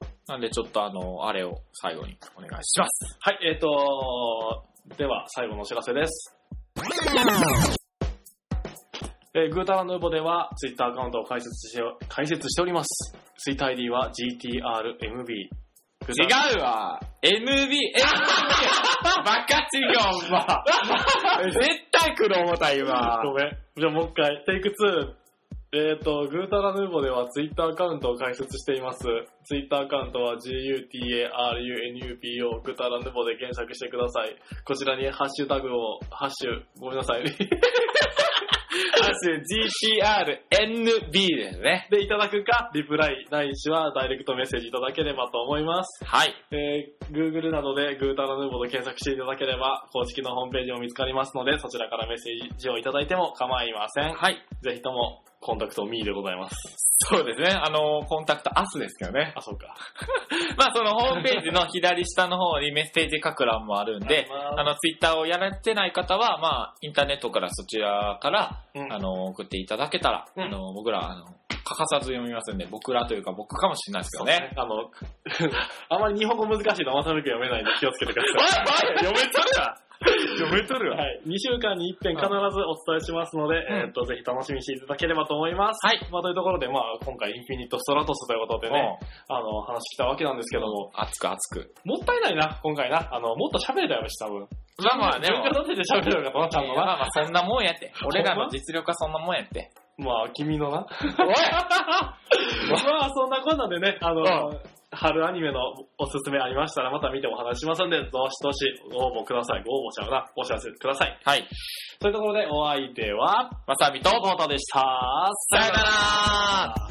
なんでちょっとあれを最後にお願いします。 はい、では最後のお知らせです。グータラヌーボでは Twitter アカウントを開設しております。Twitter ID は GTRMB。 違うわ !NB! バカ違うわ絶対来る思った今。 ごめん。じゃあもう一回、テイク2。グータラヌーボではツイッターアカウントを開設しています。ツイッターアカウントは GUTARUNUPO グータラヌーボで検索してください。こちらにハッシュタグを、ごめんなさい。 #GTRNB ですね。 で、いただくか、リプライ、ないしはダイレクトメッセージいただければと思います。 はい。 Google などでグータラヌーボーと検索していただければ、公式のホームページも見つかりますので、そちらからメッセージをいただいても構いません。 はい。 ぜひとも、コンタクトミーでございます。 そうですね。コンタクトアスですけどね。 あ、そうか。 まあ、そのホームページの左下の方にメッセージ書く欄もあるんで、ツイッターをやられてない方は、まあ、インターネットからそちらから、送っていただけたら、僕ら、欠かさず読みますんで、僕らというか僕かもしれないですけどね。 あまり日本語難しいとまさみくん読めないんで気をつけてください。 読めとるわ。読めとるわ。 はい。2週間に1遍必ずお伝えしますので、ぜひ楽しみにしていただければと思います。 はい。 まあ、というところで、まあ、今回インフィニットストラトスということでね、話したわけなんですけども。 熱く熱く。 もったいないな、今回な。もっと喋れたよし、多分。 まあまあね。 自分が立てて喋れるかとな、ちゃんとな。 まあまあ、そんなもんやって。俺らの実力はそんなもんやって。 まあ、君のな。 おいまあ、そんなこんなでね、春アニメのおすすめありましたらまた見てお話しますんで、どしどしご応募ください。ご応募しちゃうな。お知らせください。 はい。 そういうところでお相手は、 まさみと、 コータでした。 さよなら。